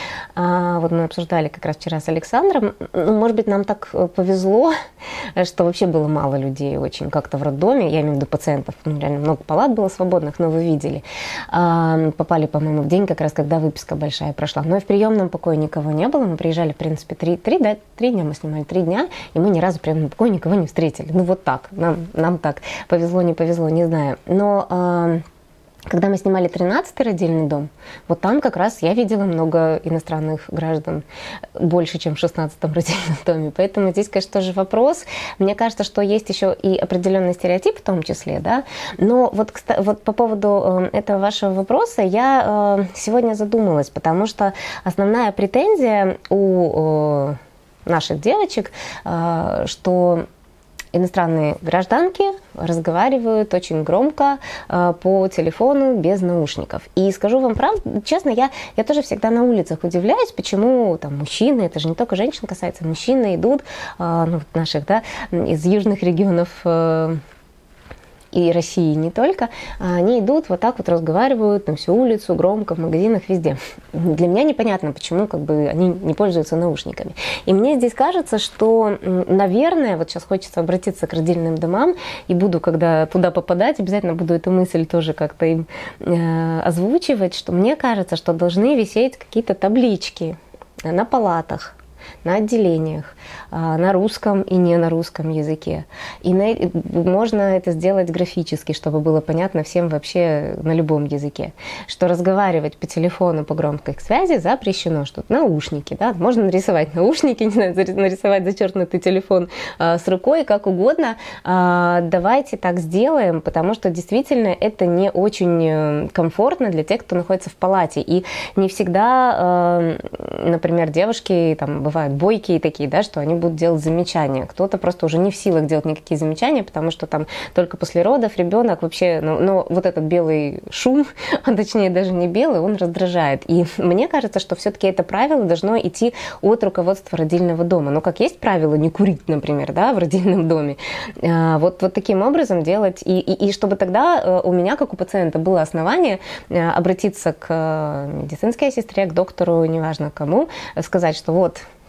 вот мы обсуждали как раз вчера с Александром, ну, может быть, нам так повезло, что вообще было мало людей очень как-то в роддоме, я имею в виду пациентов, ну, реально много палат было свободных, но вы видели. Попали, по-моему, в день как раз, когда выписка большая прошла. Но и в приемном покое никого не было, мы приезжали, в принципе, три, три, да, три дня мы снимали, три дня, и мы ни разу в приемном покое никого не встретили. Ну вот так, нам, нам так повезло, не повезло, не знаю. Но когда мы снимали тринадцатый родильный дом, вот там как раз я видела много иностранных граждан, больше, чем в шестнадцатом родильном доме. Поэтому здесь, конечно, тоже вопрос. Мне кажется, что есть еще и определенный стереотип в том числе, да. Но вот, вот по поводу этого вашего вопроса я сегодня задумалась, потому что основная претензия у наших девочек, что иностранные гражданки разговаривают очень громко э, по телефону без наушников. И скажу вам правду, честно, я, я тоже всегда на улицах удивляюсь, почему там мужчины, это же не только женщин касается, мужчины идут, э, ну, наших, да, из южных регионов э, и России не только, они идут вот так вот разговаривают на всю улицу, громко, в магазинах, везде. Для меня непонятно, почему как бы они не пользуются наушниками. И мне здесь кажется, что, наверное, вот сейчас хочется обратиться к родильным домам, и буду, когда туда попадать, обязательно буду эту мысль тоже как-то им э, озвучивать, что мне кажется, что должны висеть какие-то таблички на палатах, на отделениях, на русском и не на русском языке. И на, можно это сделать графически, чтобы было понятно всем вообще на любом языке. Что разговаривать по телефону по громкой связи запрещено, что наушники, да, можно нарисовать наушники, не знаю, нарисовать зачеркнутый телефон а, с рукой, как угодно. А, давайте так сделаем, потому что действительно это не очень комфортно для тех, кто находится в палате. И не всегда, а, например, девушки там бывают бойкие такие, да, что они будут делать замечания. Кто-то просто уже не в силах делать никакие замечания, потому что там только после родов ребенок вообще, ну, но вот этот белый шум, а точнее даже не белый, он раздражает. И мне кажется, что все-таки это правило должно идти от руководства родильного дома. Ну, как есть правило не курить, например, да, в родильном доме. Вот, вот таким образом делать. И, и, и чтобы тогда у меня, как у пациента, было основание обратиться к медицинской сестре, к доктору, неважно кому, сказать, что вот,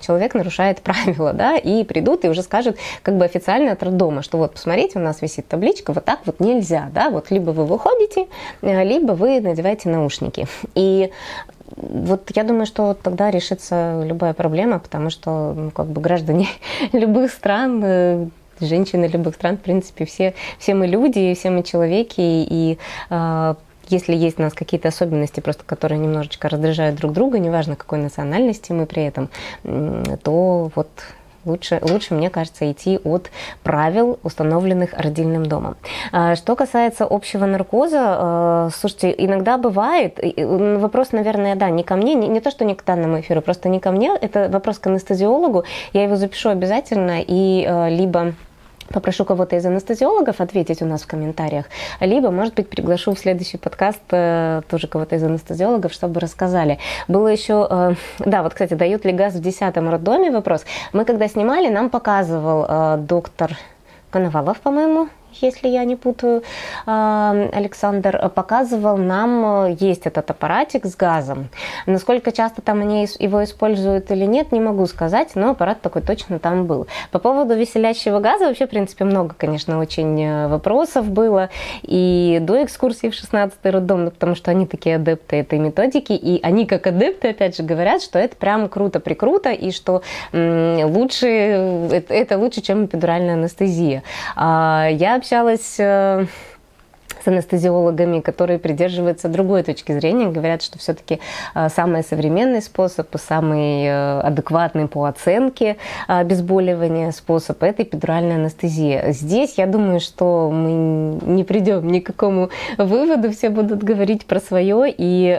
человек нарушает правила, да, и придут и уже скажут как бы официально от роддома, что вот, посмотрите, у нас висит табличка, вот так вот нельзя, да, вот либо вы выходите, либо вы надеваете наушники. И вот я думаю, что тогда решится любая проблема, потому что ну, как бы граждане любых стран, женщины любых стран, в принципе, все, все мы люди, все мы человеки, и э, если есть у нас какие-то особенности, просто которые немножечко раздражают друг друга, неважно какой национальности мы при этом, то вот Лучше, лучше, мне кажется, идти от правил, установленных родильным домом. Что касается общего наркоза, слушайте, иногда бывает, вопрос, наверное, да, не ко мне, не, не то, что не к данному эфиру, просто не ко мне, это вопрос к анестезиологу, я его запишу обязательно, и либо попрошу кого-то из анестезиологов ответить у нас в комментариях, либо, может быть, приглашу в следующий подкаст э, тоже кого-то из анестезиологов, чтобы рассказали. Было еще, э, да, вот, кстати, дают ли газ в десятом роддоме, вопрос. Мы когда снимали, нам показывал э, доктор Коновалов, по-моему, если я не путаю, Александр показывал нам, есть этот аппаратик с газом. Насколько часто там они его используют или нет, не могу сказать, но аппарат такой точно там был. По поводу веселящего газа вообще, в принципе, много, конечно, очень вопросов было. И до экскурсии в шестнадцатый роддом, потому что они такие адепты этой методики, и они как адепты, опять же, говорят, что это прям круто-прикруто, и что лучше, это лучше, чем эпидуральная анестезия. Я общалась с анестезиологами, которые придерживаются другой точки зрения, говорят, что все-таки самый современный способ, самый адекватный по оценке обезболивания способ – это эпидуральная анестезия. Здесь я думаю, что мы не придем ни к какому выводу, все будут говорить про свое, и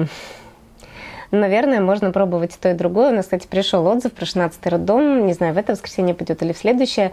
наверное, можно пробовать то и другое. У нас, кстати, пришел отзыв про шестнадцатый роддом. Не знаю, в это воскресенье пойдет или в следующее.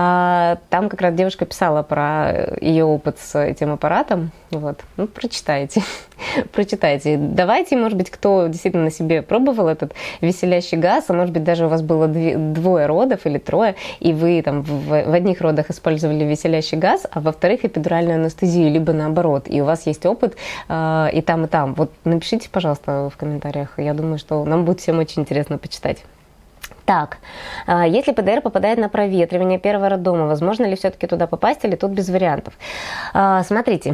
Там как раз девушка писала про ее опыт с этим аппаратом. Вот. Ну, прочитайте. Прочитайте. Давайте, может быть, кто действительно на себе пробовал этот веселящий газ, а может быть, даже у вас было двое родов или трое, и вы там в, в одних родах использовали веселящий газ, а во вторых эпидуральную анестезию, либо наоборот, и у вас есть опыт э, и там, и там. Вот напишите, пожалуйста, в комментариях. Я думаю, что нам будет всем очень интересно почитать. Так, если ПДР попадает на проветривание первого роддома, возможно ли все-таки туда попасть или тут без вариантов? Смотрите,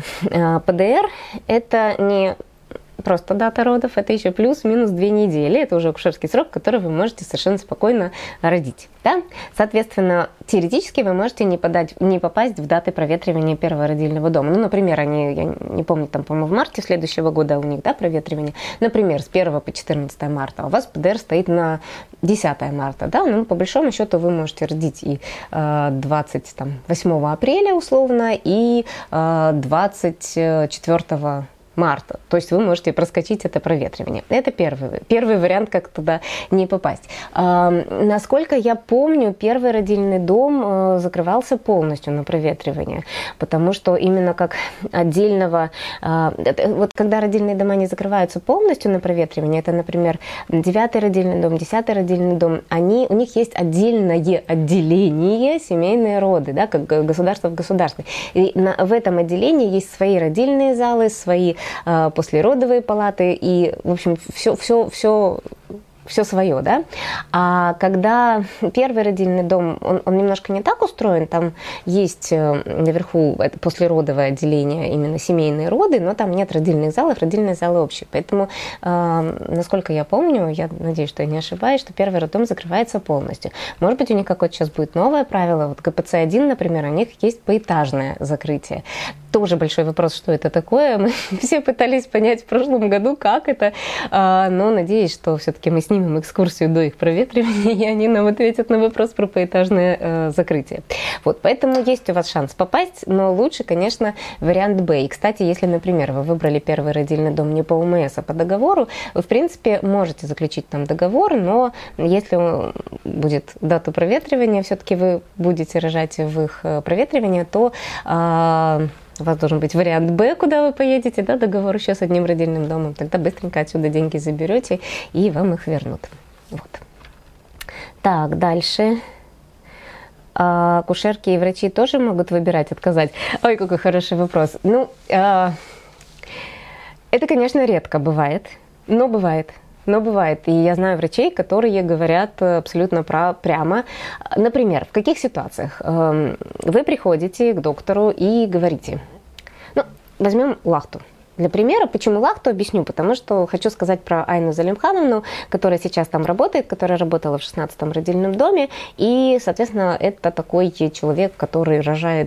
ПДР – это не просто дата родов, это еще плюс-минус две недели. Это уже акушерский срок, который вы можете совершенно спокойно родить. Да? Соответственно, теоретически вы можете не, подать, не попасть в даты проветривания первого родильного дома. Ну, например, они, я не помню, там, по-моему, в марте следующего года у них, да, проветривание. Например, с первого по четырнадцатое марта. А у вас ПДР стоит на десятое марта, да? Ну, по большому счету вы можете родить и э, двадцать восьмого апреля, условно, и э, двадцать четвёртого марта. То есть вы можете проскочить это проветривание. Это первый, первый вариант, как туда не попасть. А, насколько я помню, первый родильный дом а, закрывался полностью на проветривание, потому что именно как отдельного... А, это, вот когда родильные дома не закрываются полностью на проветривание, это, например, девятый родильный дом, десятый родильный дом, они, у них есть отдельное отделение семейные роды, да, как государство в государстве. И на, в этом отделении есть свои родильные залы, свои послеродовые палаты и, в общем, все, все, все, все свое, да. А когда первый родильный дом, он, он немножко не так устроен, там есть наверху это послеродовое отделение, именно семейные роды, но там нет родильных залов, родильные залы общие. Поэтому, э, насколько я помню, я надеюсь, что я не ошибаюсь, что первый роддом закрывается полностью. Может быть, у них какое-то сейчас будет новое правило. Вот ГПЦ один, например, у них есть поэтажное закрытие. Тоже большой вопрос, что это такое. Мы все пытались понять в прошлом году, как это, но надеюсь, что все-таки мы снимем экскурсию до их проветривания, и они нам ответят на вопрос про поэтажное закрытие. Вот, поэтому есть у вас шанс попасть, но лучше, конечно, вариант Б. И, кстати, если, например, вы выбрали первый родильный дом не по ОМС, а по договору, вы, в принципе, можете заключить там договор, но если будет дата проветривания, все-таки вы будете рожать в их проветривание, то... У вас должен быть вариант Б, куда вы поедете, да, договор еще с одним родильным домом. Тогда быстренько отсюда деньги заберете, и вам их вернут. Вот. Так, дальше. А акушерки и врачи тоже могут выбирать, отказать? Ой, какой хороший вопрос. Ну, а, это, конечно, редко бывает, но бывает. Но бывает. И я знаю врачей, которые говорят абсолютно про, прямо. Например, в каких ситуациях вы приходите к доктору и говорите, ну, возьмем лахту. Для примера, почему лахту, объясню, потому что хочу сказать про Айну Залимхановну, которая сейчас там работает, которая работала в шестнадцатом родильном доме, и, соответственно, это такой человек, который рожает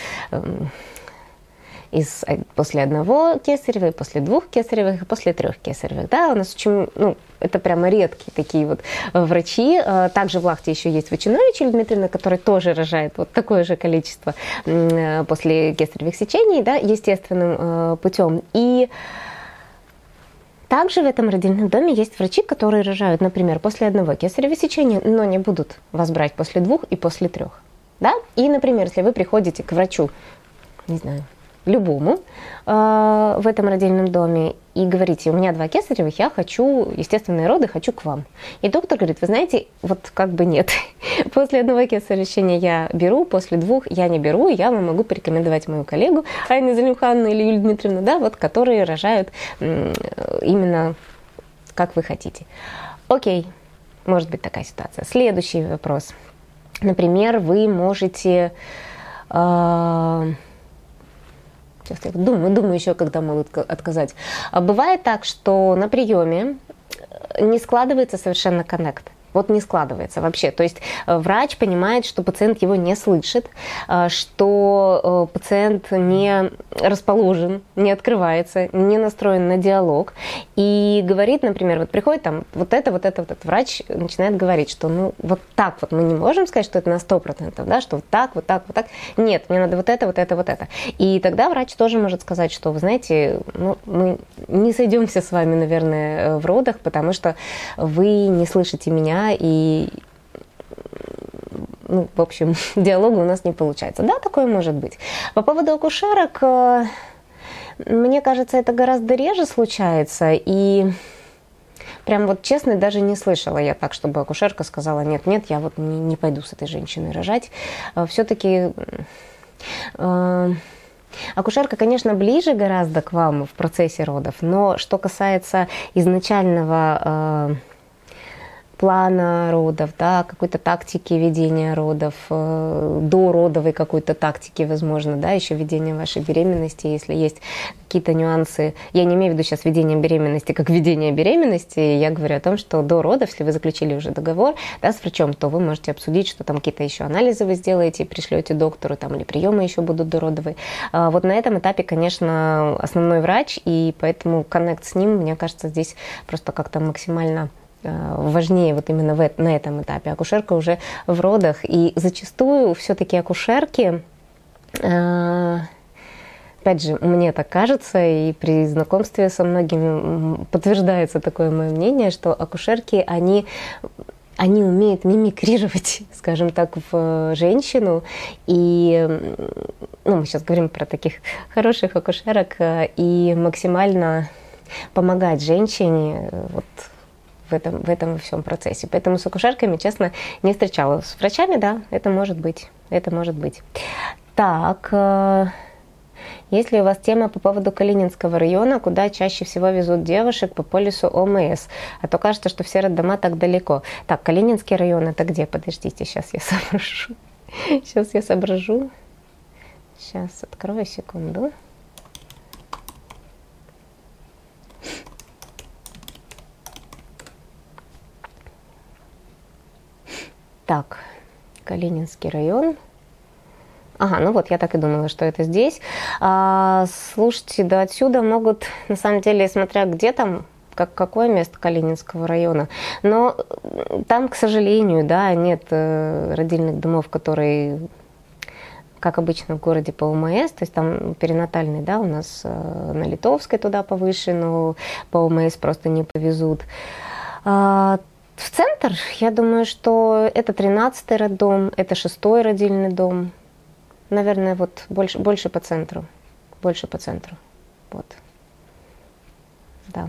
из, после одного кесарева, и после двух кесаревых, и после трех кесаревых. Да, у нас очень, ну, это прямо редкие такие вот врачи. Также в Лахте еще есть Вачинович Юлия Дмитриевна, которая тоже рожает вот такое же количество после кесаревых сечений, да, естественным путем. И также в этом родильном доме есть врачи, которые рожают, например, после одного кесарева сечения, но не будут вас брать после двух и после трех. Да? И, например, если вы приходите к врачу, не знаю, любому э, в этом родильном доме и говорите, у меня два кесаревых, я хочу естественные роды, хочу к вам. И доктор говорит, вы знаете, вот как бы нет. После одного кесарева сечения я беру, после двух я не беру, я вам могу порекомендовать мою коллегу Айну Залимхановну или Юлию Дмитриевну, да, вот, которые рожают э, именно как вы хотите. Окей, может быть такая ситуация. Следующий вопрос. Например, вы можете... Э, Сейчас я думаю, думаю еще, когда могут отказать. Бывает так, что на приеме не складывается совершенно коннект. Вот не складывается вообще. То есть врач понимает, что пациент его не слышит, что пациент не расположен, не открывается, не настроен на диалог. И говорит, например, вот приходит там вот это, вот это, вот это. Врач начинает говорить, что ну вот так вот мы не можем сказать, что это на сто процентов, да, что вот так, вот так, вот так. Нет, мне надо вот это, вот это, вот это. И тогда врач тоже может сказать, что, вы знаете, ну, мы не сойдемся с вами, наверное, в родах, потому что вы не слышите меня, и, ну, в общем, диалога у нас не получается. Да, такое может быть. По поводу акушерок, мне кажется, это гораздо реже случается, и прям вот честно даже не слышала я так, чтобы акушерка сказала, нет, нет, я вот не, не пойду с этой женщиной рожать. Все-таки э, акушерка, конечно, ближе гораздо к вам в процессе родов, но что касается изначального э, плана родов, да, какой-то тактики ведения родов, э, дородовой какой-то тактики, возможно, да, еще ведения вашей беременности, если есть какие-то нюансы. Я не имею в виду сейчас ведение беременности как ведение беременности, я говорю о том, что до родов, если вы заключили уже договор, да, с врачом, то вы можете обсудить, что там какие-то еще анализы вы сделаете, пришлете доктору, там, или приемы еще будут дородовые. А вот на этом этапе, конечно, основной врач, и поэтому коннект с ним, мне кажется, здесь просто как-то максимально важнее вот именно в, на этом этапе. Акушерка уже в родах. И зачастую все-таки акушерки, э, опять же, мне так кажется, и при знакомстве со многими подтверждается такое мое мнение, что акушерки, они, они умеют мимикрировать, скажем так, в женщину. И ну, мы сейчас говорим про таких хороших акушерок, и максимально помогать женщине вот, в этом, в этом всем процессе. Поэтому с акушерками, честно, не встречалась. С врачами, да, это может быть. Это может быть. Так, есть ли у вас тема по поводу Калининского района, куда чаще всего везут девушек по полису ОМС? А то кажется, что все роддома так далеко. Так, Калининский район, это где? Подождите, сейчас я соображу. Сейчас я соображу. Сейчас открою, секунду. Так, Калининский район. Ага, ну вот, я так и думала, что это здесь. А, слушайте, да отсюда могут, на самом деле, смотря где там, как, какое место Калининского района. Но там, к сожалению, да, нет э, родильных домов, которые, как обычно в городе по ОМС, то есть там перинатальный, да, у нас э, на Литовской туда повыше, но по ОМС просто не повезут. А, в центр, я думаю, что это тринадцатый роддом, это шестой родильный дом. Наверное, вот больше, больше по центру. Больше по центру. Вот. Да.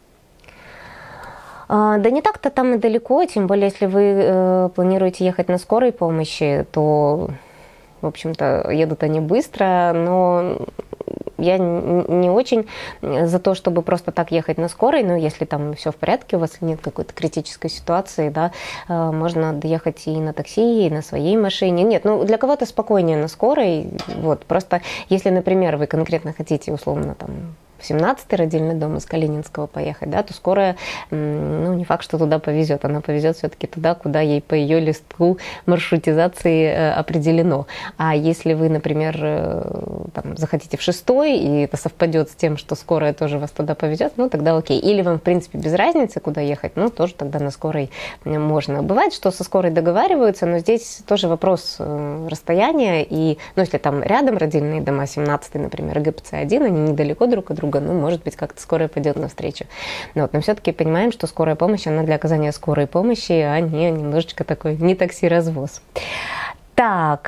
А, да не так-то там и далеко, тем более, если вы э, планируете ехать на скорой помощи, то, в общем-то, едут они быстро, но я не очень за то, чтобы просто так ехать на скорой, но если там все в порядке, у вас нет какой-то критической ситуации, да, можно доехать и на такси, и на своей машине. Нет, ну для кого-то спокойнее на скорой, вот, просто если, например, вы конкретно хотите, условно, там, в семнадцатый родильный дом из Калининского поехать, да, то скорая, ну, не факт, что туда повезет. Она повезет все-таки туда, куда ей по ее листку маршрутизации определено. А если вы, например, там, захотите в шестой, и это совпадет с тем, что скорая тоже вас туда повезет, ну, тогда окей. Или вам, в принципе, без разницы, куда ехать, ну, тоже тогда на скорой можно. Бывает, что со скорой договариваются, но здесь тоже вопрос расстояния. И, ну, если там рядом родильные дома, семнадцатый, например, ГПЦ один, они недалеко друг от друга, ну, может быть, как-то скорая пойдет навстречу. Но, вот, но все-таки понимаем, что скорая помощь, она для оказания скорой помощи, а не немножечко такой, не такси-развоз. Так,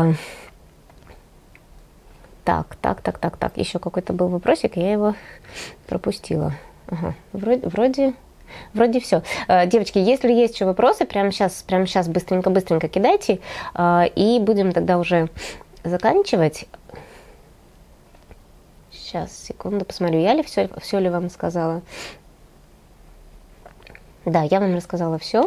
так, так, так, так, так, еще какой-то был вопросик, я его пропустила. Ага, вроде, вроде, вроде все. Девочки, если есть еще вопросы, прямо сейчас, прямо сейчас быстренько-быстренько кидайте, и будем тогда уже заканчивать. Сейчас, секунду, посмотрю, я ли все, все ли вам сказала. Да, я вам рассказала все.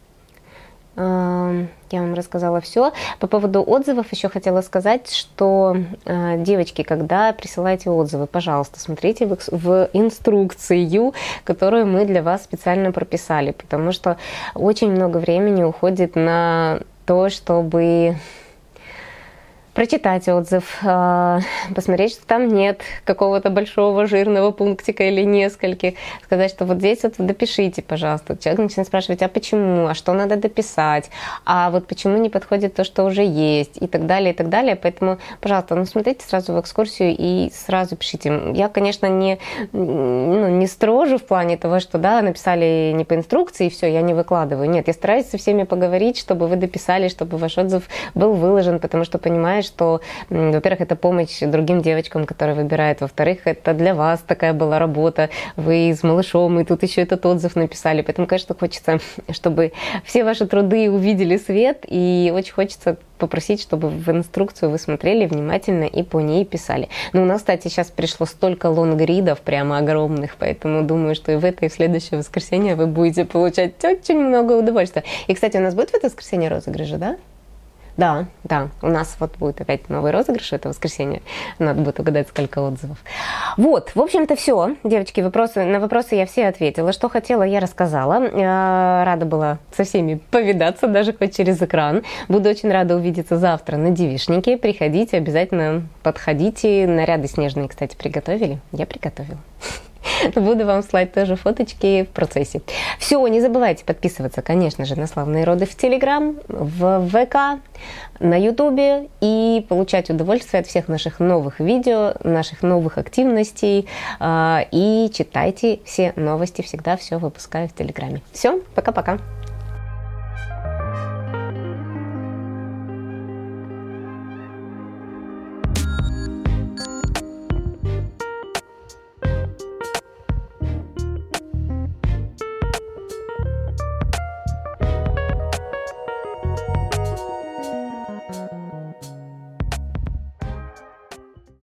Я вам рассказала все. По поводу отзывов еще хотела сказать, что, девочки, когда присылаете отзывы, пожалуйста, смотрите в, в инструкцию, которую мы для вас специально прописали, потому что очень много времени уходит на то, чтобы прочитать отзыв, посмотреть, что там нет какого-то большого жирного пунктика или нескольких, сказать, что вот здесь вот допишите, пожалуйста. Человек начинает спрашивать, а почему, а что надо дописать, а вот почему не подходит то, что уже есть, и так далее, и так далее. Поэтому, пожалуйста, ну смотрите сразу в экскурсию и сразу пишите. Я, конечно, не, ну, не строжу в плане того, что, да, написали не по инструкции, и все, я не выкладываю. Нет, я стараюсь со всеми поговорить, чтобы вы дописали, чтобы ваш отзыв был выложен, потому что понимаю, что, во-первых, это помощь другим девочкам, которые выбирают, во-вторых, это для вас такая была работа, вы с малышом, и тут еще этот отзыв написали, поэтому, конечно, хочется, чтобы все ваши труды увидели свет, и очень хочется попросить, чтобы в инструкцию вы смотрели внимательно и по ней писали. Но у нас, кстати, сейчас пришло столько лонгридов, прямо огромных, поэтому думаю, что и в это, и в следующее воскресенье вы будете получать очень много удовольствия. И, кстати, у нас будет в это воскресенье розыгрыш, да? Да, да, у нас вот будет опять новый розыгрыш в это воскресенье. Надо будет угадать, сколько отзывов. Вот, в общем-то, все. Девочки, вопросы, на вопросы я все ответила. Что хотела, я рассказала. Рада была со всеми повидаться, даже хоть через экран. Буду очень рада увидеться завтра на девичнике. Приходите, обязательно подходите. Наряды снежные, кстати, приготовили? Я приготовила. Буду вам слать тоже фоточки в процессе. Все, не забывайте подписываться, конечно же, на «Славные роды» в Телеграм, в ВК, на Ютубе и получать удовольствие от всех наших новых видео, наших новых активностей. И читайте все новости, всегда все выпускаю в Телеграме. Все, пока-пока.